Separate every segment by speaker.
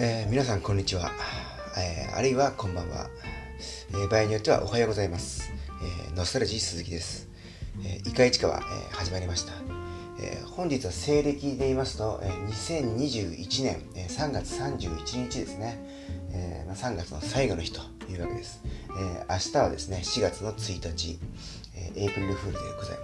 Speaker 1: 皆さんこんにちは、あるいはこんばんは、場合によってはおはようございます、ノスタルジー鈴木です。イカイチカは、始まりました。本日は西暦で言いますと、2021年、3月31日ですね、3月の最後の日というわけです。明日はですね4月の1日、エイプリルフールでございます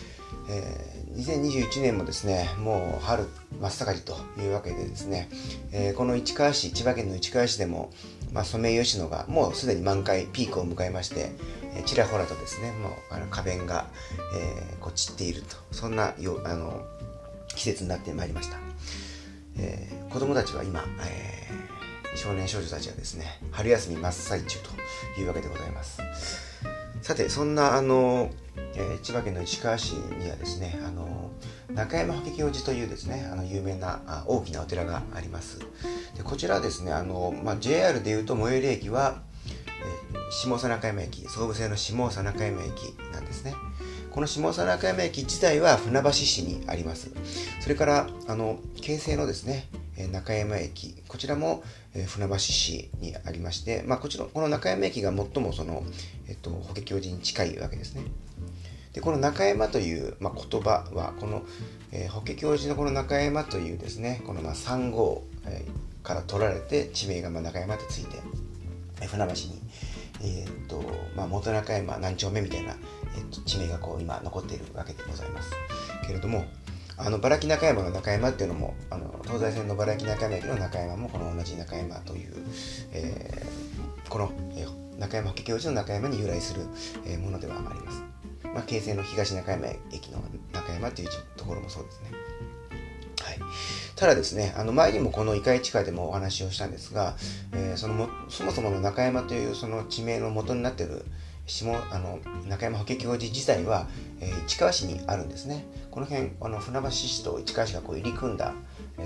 Speaker 1: 。2021年もですねもう春真っ盛りというわけでですね、この市川市、千葉県の市川市でも、ソメイヨシノがもうすでに満開ピークを迎えまして、ちらほらとですねもう花弁が、散っていると、そんな季節になってまいりました。子供たちは今、少年少女たちはですね春休み真っ最中というわけでございます。さて、そんな千葉県の市川市にはですね中山法華経寺というですね有名な大きなお寺があります。でこちらはですねJR でいうと最寄り駅は、下総中山駅、総武線の下総中山駅なんですね。この下総中山駅自体は船橋市にあります。それから京成のですね中山駅、こちらも船橋市にありまして、この中山駅が最もその、法華経寺に近いわけですね。でこの中山という、言葉はこの、法華経寺のこの中山というですねこの3号、から取られて地名が中山ってついて、船橋に、元中山何丁目みたいな、地名が今残っているわけでございますけれども、原木中山の中山っていうのも東西線の原木中山駅の中山もこの同じ中山という、この、中山法華経寺の中山に由来する、ものではあります。京成の東中山駅の中山というところもそうですね。はい、ただですね前にもこのイカイチカでもお話をしたんですが、そもそもの中山というその地名の元になっている中山法華経寺自体は、市川市にあるんですね。この辺船橋市と市川市が入り組んだ、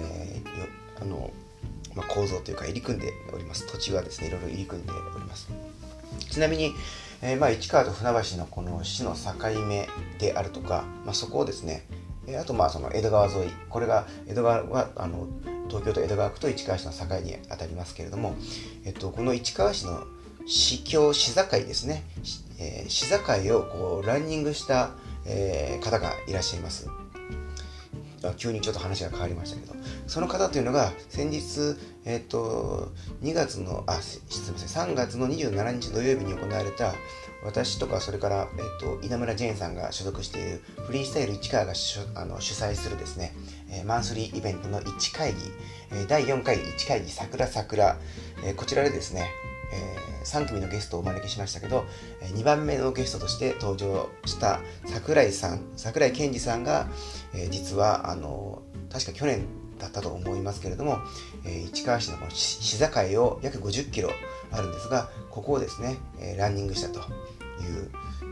Speaker 1: 構造というか入り組んでおります。土地はですねいろいろ入り組んでおります。ちなみに、市川と船橋のこの市の境目であるとか、そこをですねあとその江戸川沿い、これが江戸川は東京都江戸川区と市川市の境にあたりますけれども、この市川市の市境ですね、市境をランニングした、方がいらっしゃいます。急にちょっと話が変わりましたけど、その方というのが先日、3月の27日土曜日に行われた私とかそれから、稲村ジェーンさんが所属しているフリースタイル市川が主催するですね、マンスリーイベントの市会議、第4回市会議桜、こちらでですね、3組のゲストをお招きしましたけど、2番目のゲストとして登場した桜井健二さんが、実は確か去年だったと思いますけれども、市川市のこの市境を約50キロあるんですが、ここをですね、ランニングしたという、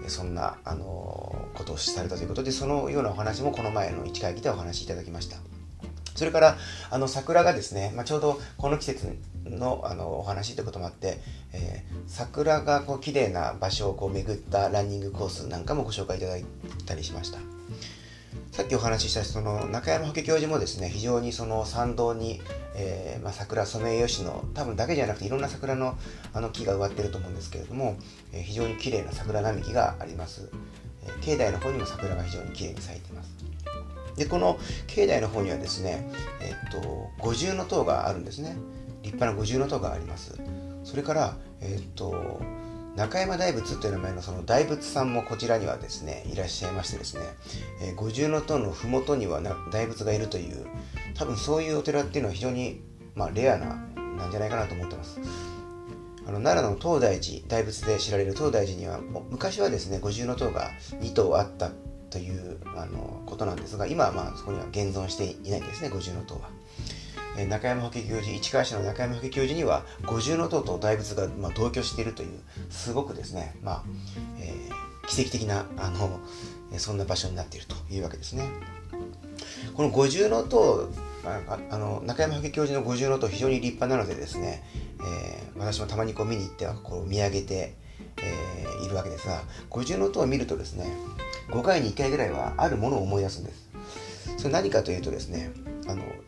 Speaker 1: そんなことをされたということで、そのようなお話もこの前の市会議でお話しいただきました。それから桜がですね、ちょうどこの季節のお話ということもあって、桜が綺麗な場所を巡ったランニングコースなんかもご紹介いただいたりしました。さっきお話ししたその中山法華経寺もですね、非常にその参道に、桜、ソメイヨシノ多分だけじゃなくていろんな桜の木が植わっていると思うんですけれども、非常に綺麗な桜並木があります。境内の方にも桜が非常に綺麗に咲いています。でこの境内の方にはですね、五重塔があるんですね。立派な五重塔があります。それから、中山大仏という名前のその大仏さんもこちらにはですねいらっしゃいましてですね、五重塔の麓には大仏がいるという、多分そういうお寺っていうのは非常に、レアなんじゃないかなと思ってます。奈良の東大寺、大仏で知られる東大寺には昔はですね五重塔が2塔あったということなんですが、今はそこには現存していないんですね、五重塔は。中山法華経寺、市川市の中山法華経寺には五重塔と大仏が同居しているという、すごくですね、奇跡的なそんな場所になっているというわけですね。この五重塔、中山法華経寺の五重塔非常に立派なのでですね、私もたまに見に行っては見上げて、いるわけですが、五重塔を見るとですね5回に1回ぐらいはあるものを思い出すんです。それ何かというとですね、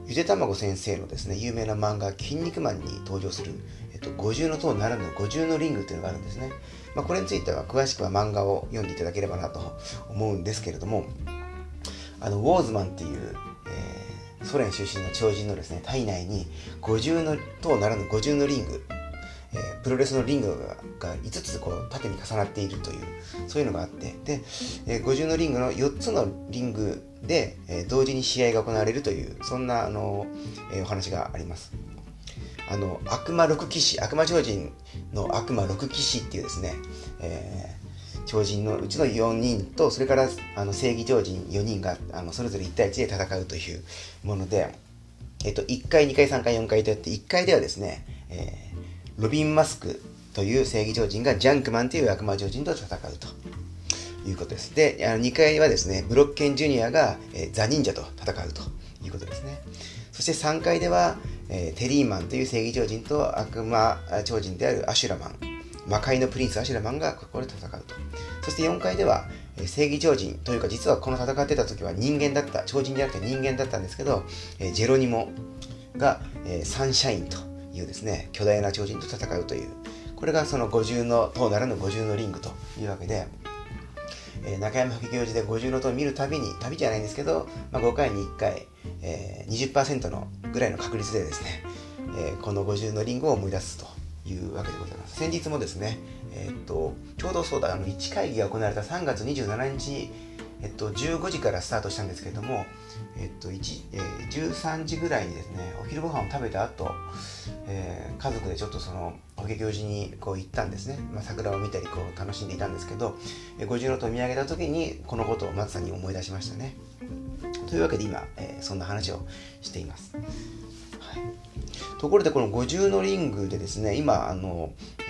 Speaker 1: ゆでたまご先生のですね、有名な漫画、筋肉マンに登場する、五重塔ならぬ五重リングというのがあるんですね。これについては詳しくは漫画を読んでいただければなと思うんですけれども、ウォーズマンっていう、ソ連出身の超人のですね、体内に五重塔ならぬ五重リング、プロレスのリングが5つこう縦に重なっているという、そういうのがあって、で、五重リングの4つのリングで、同時に試合が行われるという、そんなお話があります。悪魔6騎士、悪魔超人の悪魔6騎士っていうですね、超人のうちの4人と、それから正義超人4人がそれぞれ1対1で戦うというもので、1回、2回、3回、4回とやって、1回ではですね、ロビン・マスクという正義超人がジャンクマンという悪魔超人と戦うということです。で、2回はですね、ブロッケン・ジュニアが、ザ・忍者と戦うということですね。そして3回では、テリーマンという正義超人と悪魔超人であるアシュラマン、魔界のプリンスアシュラマンがここで戦うと。そして4回では、正義超人というか、実はこの戦ってた時は人間だった、超人じゃなくて人間だったんですけど、ジェロニモが、サンシャインというですね、巨大な超人と戦うという、これがその五重塔ならぬ五重リングというわけで、中山吹行寺で五重塔を見るたびに、旅じゃないんですけど、5回に1回、20% のぐらいの確率でですね、この五重リングを思い出すというわけでございます。先日もですね、ちょうどそうだ、1会議が行われた3月27日、15時からスタートしたんですけれども、13時ぐらいにですね、お昼ご飯を食べた後、家族でちょっとその法華経寺にこう行ったんですね。桜を見たりこう楽しんでいたんですけど、五重塔を見上げた時にこのことを松さんに思い出しましたね。というわけで今、そんな話をしています。はい、ところでこの五重リングでですね、今言った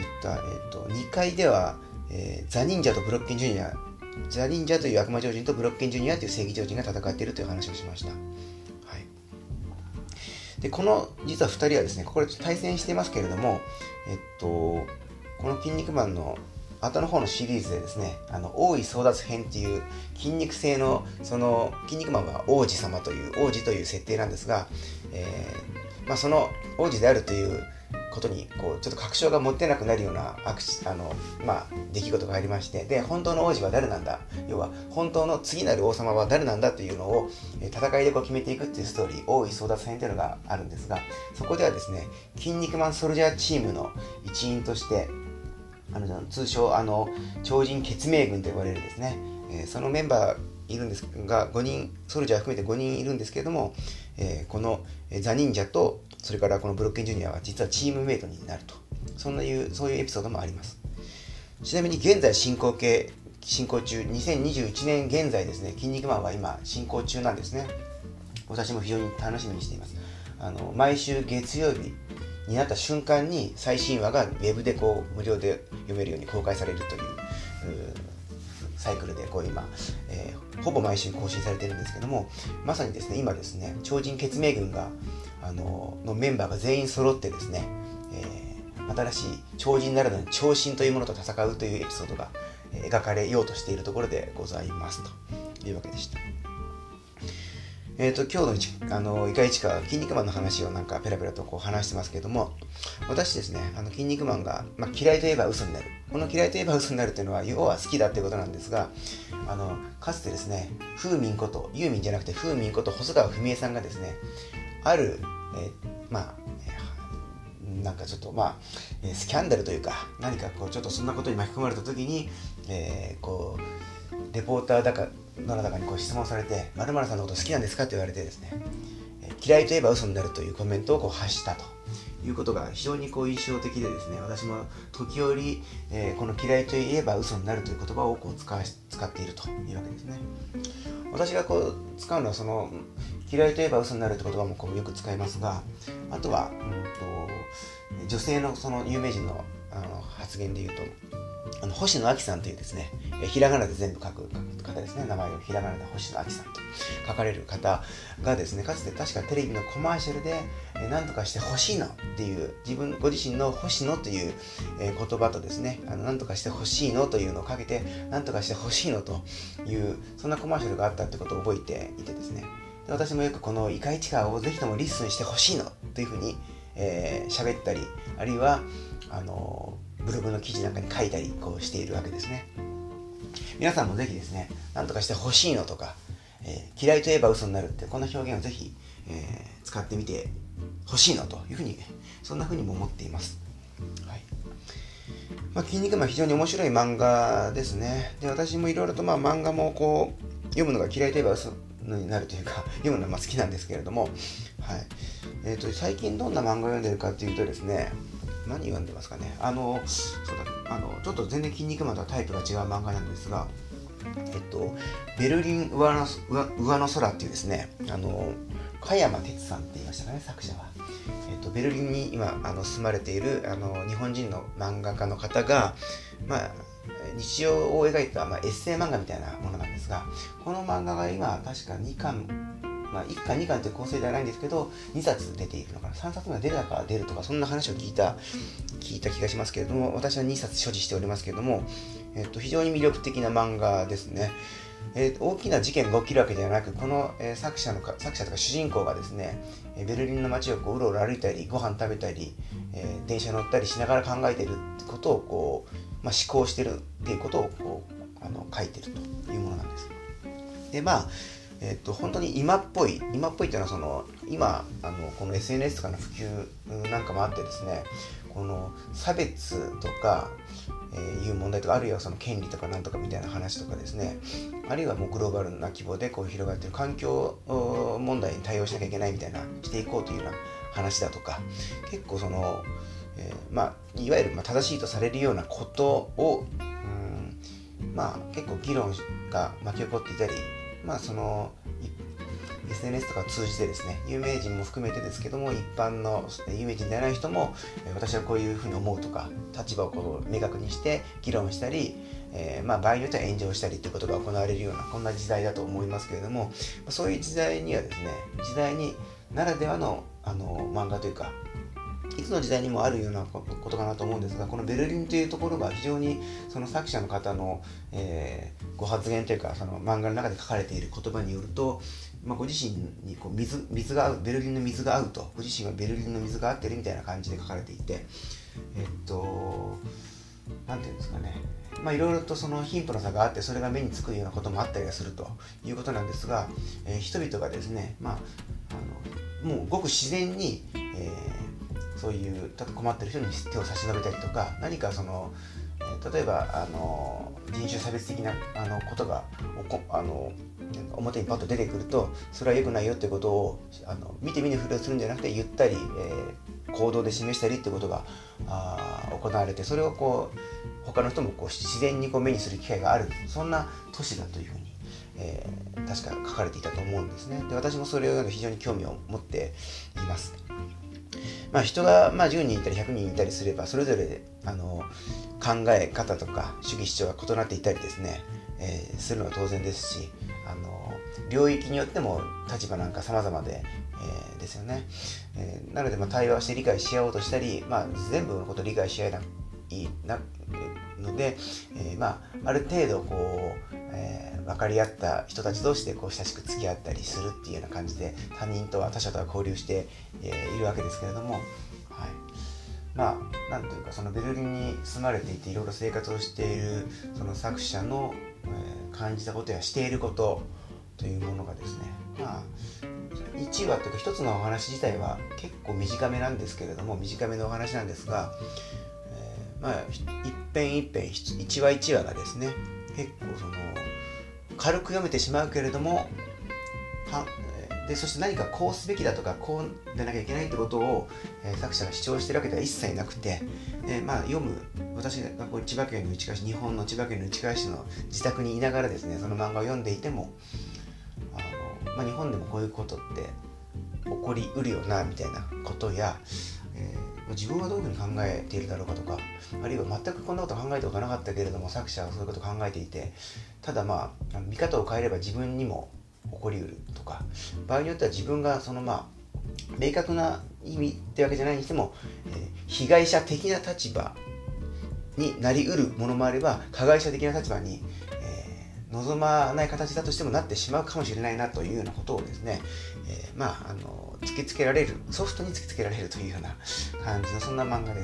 Speaker 1: 、2階では、ザ・忍者とブロッケン・ジュニア、ザ・忍者という悪魔超人とブロッケン・ジュニアという正義超人が戦っているという話をしました。はい、でこの実は2人はですね、ここで対戦していますけれども、この筋肉マンの後の方のシリーズでですね、王位争奪編っていう筋肉性の、その筋肉マンは王子様という王子という設定なんですが、その王子であるということにこうちょっと確証が持てなくなるような出来事がありまして、で本当の王子は誰なんだ、要は本当の次なる王様は誰なんだというのを戦いでこう決めていくっていうストーリー、王位争奪編というのがあるんですが、そこではですね、筋肉マンソルジャーチームの一員として通称超人血明軍と呼ばれるですね、そのメンバーいるんですが、5人、ソルジャー含めて5人いるんですけれども、このザ・忍者とそれからこのブロッケン・ジュニアは実はチームメイトになると、そういうエピソードもあります。ちなみに現在進行中、2021年現在ですね、筋肉マンは今進行中なんですね。私も非常に楽しみにしています。毎週月曜日になった瞬間に最新話がウェブでこう無料で読めるように公開されるというサイクルでこう今、ほぼ毎週更新されているんですけども、まさにですね、今ですね、超人血明軍がのメンバーが全員揃ってですね、新しい超人ならぬ超神というものと戦うというエピソードが描かれようとしているところでございますというわけでした。今日のイカイチカ筋肉マンの話をなんかペラペラとこう話してますけれども、私ですね、筋肉マンが、嫌いといえば嘘になる、この嫌いといえば嘘になるというのは要は好きだということなんですが、かつてですね、ユーミンじゃなくて風民こと細川文江さんがですね、ある、なんかちょっとスキャンダルというか、何かこうちょっとそんなことに巻き込まれた時に、こうレポーターだかどなたかにこう質問されて、〇〇さんのこと好きなんですかって言われてですね、嫌いといえば嘘になるというコメントをこう発したということが非常にこう印象的でですね、私も時折、この嫌いといえば嘘になるという言葉をこう使っているというわけですね。私がこう使うのはその嫌いといえば嘘になるという言葉もこうよく使いますが、あとは女性のその有名人の発言で言うと、星野亜紀さんというですね、ひらがなで全部書く方ですね、名前をひらがなで星野亜紀さんと書かれる方がですね、かつて確かテレビのコマーシャルで何とかしてほしいのっていうご自身の星野という言葉とですね、何とかしてほしいのというのをかけて何とかしてほしいのという、そんなコマーシャルがあったってことを覚えていてですね、 で私もよくこのイカイチカをぜひともリッスンしてほしいのというふうに喋ったり、あるいはブログの記事なんかに書いたりこうしているわけですね。皆さんもぜひですね、なんとかしてほしいのとか、嫌いといえば嘘になるってこんな表現をぜひ、使ってみてほしいのというふうに、そんなふうにも思っています。はい。筋肉マン非常に面白い漫画ですね。で、私もいろいろと漫画もこう読むのが嫌いといえば嘘になるというか読むのが好きなんですけれども、はい。最近どんな漫画を読んでるかというとですね、何読んでますかね。ちょっと全然筋肉マンとはタイプが違う漫画なんですが、ベルリン上の空っていうですね、加山哲さんって言いましたかね、作者は。ベルリンに今住まれている日本人の漫画家の方が、日常を描いた、エッセイ漫画みたいなものなんですが、この漫画が今確か2巻、1巻2巻という構成ではないんですけど、2冊出ているのかな、3冊目が出るとか、そんな話を聞いた気がしますけれども、私は2冊所持しておりますけれども、非常に魅力的な漫画ですね。大きな事件が起きるわけではなく、この、作者とか主人公がですね、ベルリンの街をこううろうろ歩いたり、ご飯食べたり、電車乗ったりしながら考えていることをこう、思考しているっていうことをこう書いているというものなんです。で本当に今っぽいっていうのは今この SNS とかの普及なんかもあってですね、この差別とか、いう問題とか、あるいはその権利とかなんとかみたいな話とかですね、あるいはもうグローバルな規模でこう広がっている環境問題に対応しなきゃいけないみたいな、していこうというような話だとか、結構いわゆる正しいとされるようなことを結構議論が巻き起こっていたり、SNS とかを通じてですね、有名人も含めてですけども、一般の有名人ではない人も、私はこういうふうに思うとか、立場をこう明確にして議論したり、場合によっては炎上したりということが行われるような、こんな時代だと思いますけれども、そういう時代にはですね、時代にならではの漫画というか、いつの時代にもあるようなことかなと思うんですが、このベルリンというところが非常にその作者の方の、ご発言というか、その漫画の中で書かれている言葉によると、ご自身にこう水が合う、ベルリンの水が合うと、ご自身はベルリンの水が合ってるみたいな感じで書かれていて、なんていうんですかね、いろいろとその貧富の差があって、それが目につくようなこともあったりはするということなんですが、人々がですね、もうごく自然に、そういう困ってる人に手を差し伸べたりとか、何かその例えば人種差別的なことが表にパッと出てくると、それは良くないよっていうことを見て見ぬふりをするんじゃなくて、言ったり、行動で示したりっていうことが行われて、それをこう他の人もこう自然にこう目にする機会がある、そんな都市だというふうに、確か書かれていたと思うんですね。で、私もそれを非常に興味を持っています。人が10人いたり100人いたりすれば、それぞれ考え方とか主義主張が異なっていたりですね、するのは当然ですし、領域によっても立場なんか様々で、ですよね。なので対話をして理解し合おうとしたり、全部のことを理解し合えないので、ある程度こう、分かり合った人たち同士でこう親しく付き合ったりするっていうような感じで、他者とは交流しているわけですけれども、なんというか、そのベルリンに住まれていていろいろ生活をしているその作者の、感じたことやしていることというものがですね、1話というか一つのお話自体は結構短めなんですけれども、短めのお話なんですが、一編一編一話一話がですね、結構その軽く読めてしまうけれども、でそして何かこうすべきだとかこうでなきゃいけないってことを、作者が主張してるわけでは一切なくて、私がこう千葉県の市川市、日本の千葉県の市川市の自宅にいながらですね、その漫画を読んでいても、日本でもこういうことって起こりうるよなみたいなことや、自分はどういうふうに考えているだろうかとか、あるいは全くこんなこと考えたことなかったけれども作者はそういうことを考えていて、ただ見方を変えれば自分にも起こりうるとか、場合によっては自分がその明確な意味ってわけじゃないにしても、被害者的な立場になりうるものもあれば、加害者的な立場に、 望まない形だとしてもなってしまうかもしれないなというようなことをですね、突きつけられる、ソフトに突きつけられるというような感じのそんな漫画です。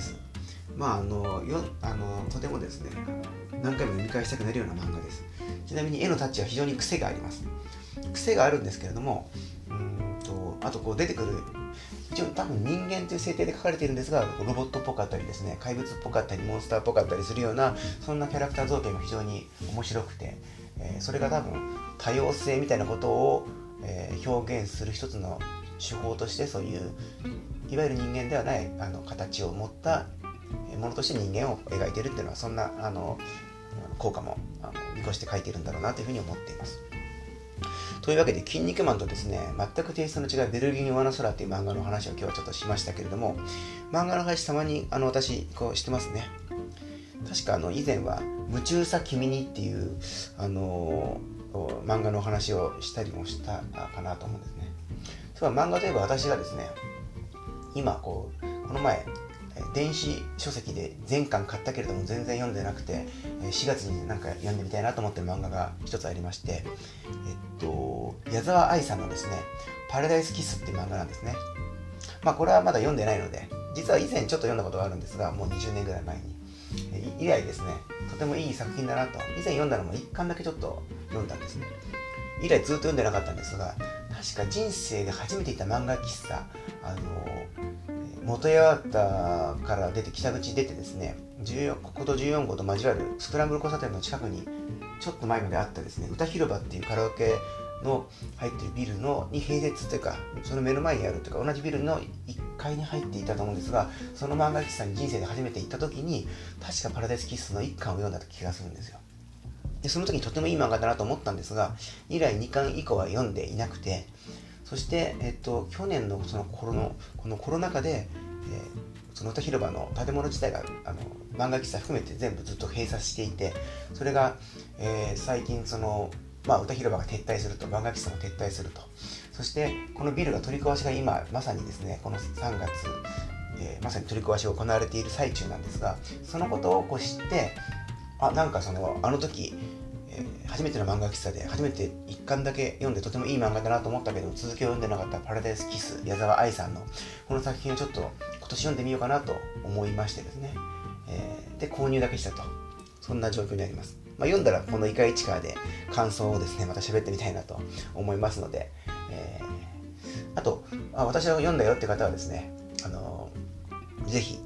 Speaker 1: とてもですね、何回も読み返したくなるような漫画です。ちなみに絵のタッチは非常に癖があります。癖があるんですけれども、あと出てくる、一応多分人間という設定で書かれているんですが、ロボットっぽかったりですね、怪物っぽかったりモンスターっぽかったりするような、そんなキャラクター造形が非常に面白くて、それが多分多様性みたいなことを、表現する一つの手法として、そういういわゆる人間ではない形を持ったものとして人間を描いているっていうのは、そんな効果も見越して書いているんだろうなというふうに思っています。というわけで、筋肉マンとですね、全くテイストの違うベルリン上の空という漫画の話を今日はちょっとしましたけれども、漫画の話たまに私してますね。確か以前は夢中さ君にっていう漫画の話をしたりもしたかなと思うんですね。そう漫画といえば、私がですね、今この前電子書籍で全巻買ったけれども全然読んでなくて、4月になんか読んでみたいなと思ってる漫画が一つありまして、矢沢愛さんのですね、パラダイスキスっていう漫画なんですね。これはまだ読んでないので、実は以前ちょっと読んだことがあるんですが、もう20年ぐらい前に、以来ですね、とてもいい作品だなと。以前読んだのも1巻だけちょっと読んだんですね。以来ずっと読んでなかったんですが、確か人生で初めて行った漫画喫茶、元八幡から出て北口出てですね、ここと14号と交わるスクランブル交差点の近くにちょっと前まであったですね、歌広場っていうカラオケの入っているビルに併設というか、その目の前にあるというか、同じビルの1階に入っていたと思うんですが、その漫画喫茶に人生で初めて行った時に、確かパラダイスキスの1巻を読んだ気がするんですよ。でその時にとてもいい漫画だなと思ったんですが、以来2巻以降は読んでいなくて、そして、去年のこのコロナ禍で、その歌広場の建物自体が漫画喫茶含めて全部ずっと閉鎖していて、それが、最近歌広場が撤退すると、漫画喫茶も撤退すると、そしてこのビルが取り壊しが今まさにですね、この3月、まさに取り壊しが行われている最中なんですが、そのことを知って、なんかあの時、初めての漫画喫茶で初めて1巻だけ読んでとてもいい漫画だなと思ったけど、続きを読んでなかったパラダイスキス、矢沢愛さんのこの作品をちょっと今年読んでみようかなと思いましてですね、で購入だけしたと、そんな状況にあります。読んだらこのイカイチカで感想をですね、また喋ってみたいなと思いますので、あと私は読んだよって方はですね、ぜひ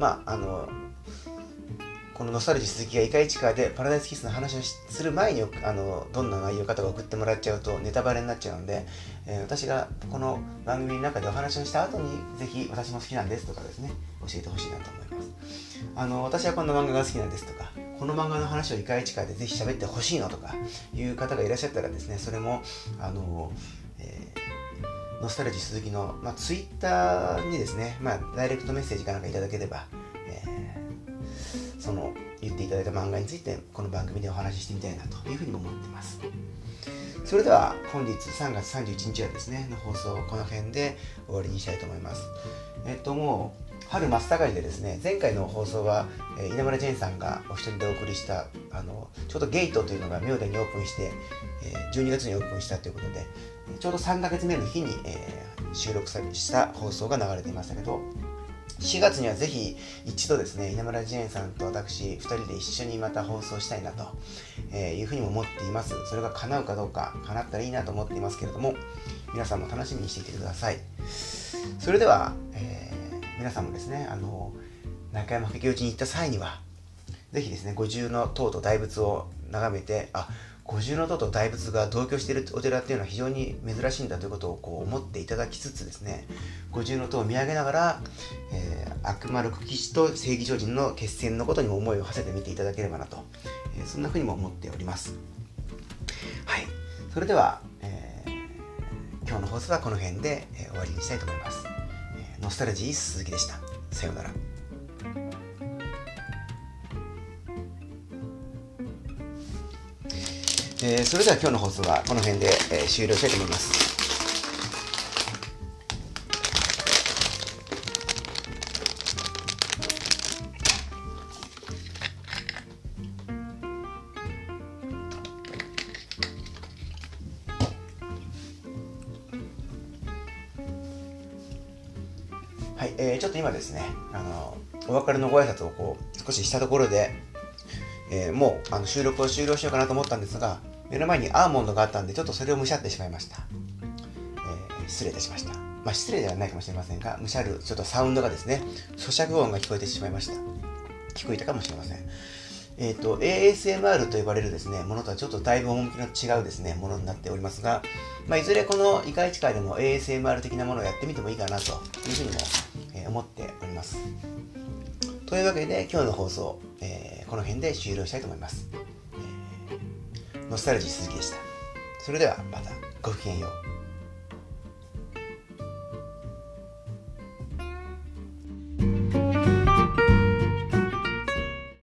Speaker 1: このノスタルジー鈴木がイカイチカでパラダイスキスの話をする前にどんな内容かとか送ってもらっちゃうとネタバレになっちゃうので、私がこの番組の中でお話をした後にぜひ私も好きなんですとかですね、教えてほしいなと思います。私はこんな漫画が好きなんですとか、この漫画の話をイカイチカでぜひ喋ってほしいのとかいう方がいらっしゃったらですね、それもノスタルジー鈴木の、ツイッターにですね、ダイレクトメッセージかなんかいただければ、言っていただいた漫画についてこの番組でお話ししてみたいなというふうにも思っています。それでは本日3月31日はですねの放送をこの辺で終わりにしたいと思います。もう春真っ盛りでですね、前回の放送は稲村ジェーンさんがお一人でお送りしたちょうどゲートというのが明大にオープンして12月にオープンしたということで、ちょうど3ヶ月目の日に収録した放送が流れていましたけど、4月にはぜひ一度ですね、稲村ジェーンさんと私2人で一緒にまた放送したいなというふうにも思っています。それが叶うかどうか、叶ったらいいなと思っていますけれども、皆さんも楽しみにしていてください。それでは、皆さんもですね、中山掛内に行った際にはぜひですね、五重塔と大仏を眺めて、五重塔と大仏が同居しているお寺っていうのは非常に珍しいんだということを思っていただきつつですね、五重塔を見上げながら、悪魔六騎士と正義超人の決戦のことにも思いを馳せてみていただければなと、そんなふうにも思っております。はい、それでは、今日の放送はこの辺で、終わりにしたいと思います。ノスタルジー鈴木でした。さようなら。それでは今日の放送はこの辺で、終了したいと思います。 はい、ちょっと今ですね、お別れのご挨拶を少ししたところで、もう収録を終了しようかなと思ったんですが、目の前にアーモンドがあったんで、ちょっとそれをむしゃってしまいました。失礼いたしました。失礼ではないかもしれませんが、むしゃるちょっとサウンドがですね、咀嚼音が聞こえてしまいました。聞こえたかもしれません。ASMR と呼ばれるですね、ものとはちょっとだいぶ趣の違うですね、ものになっておりますが、いずれこのイカイチ会でも ASMR 的なものをやってみてもいいかなというふうにも、思っております。というわけで今日の放送、この辺で終了したいと思います。ノスタルジー鈴木でした。それではまたごきげんよう。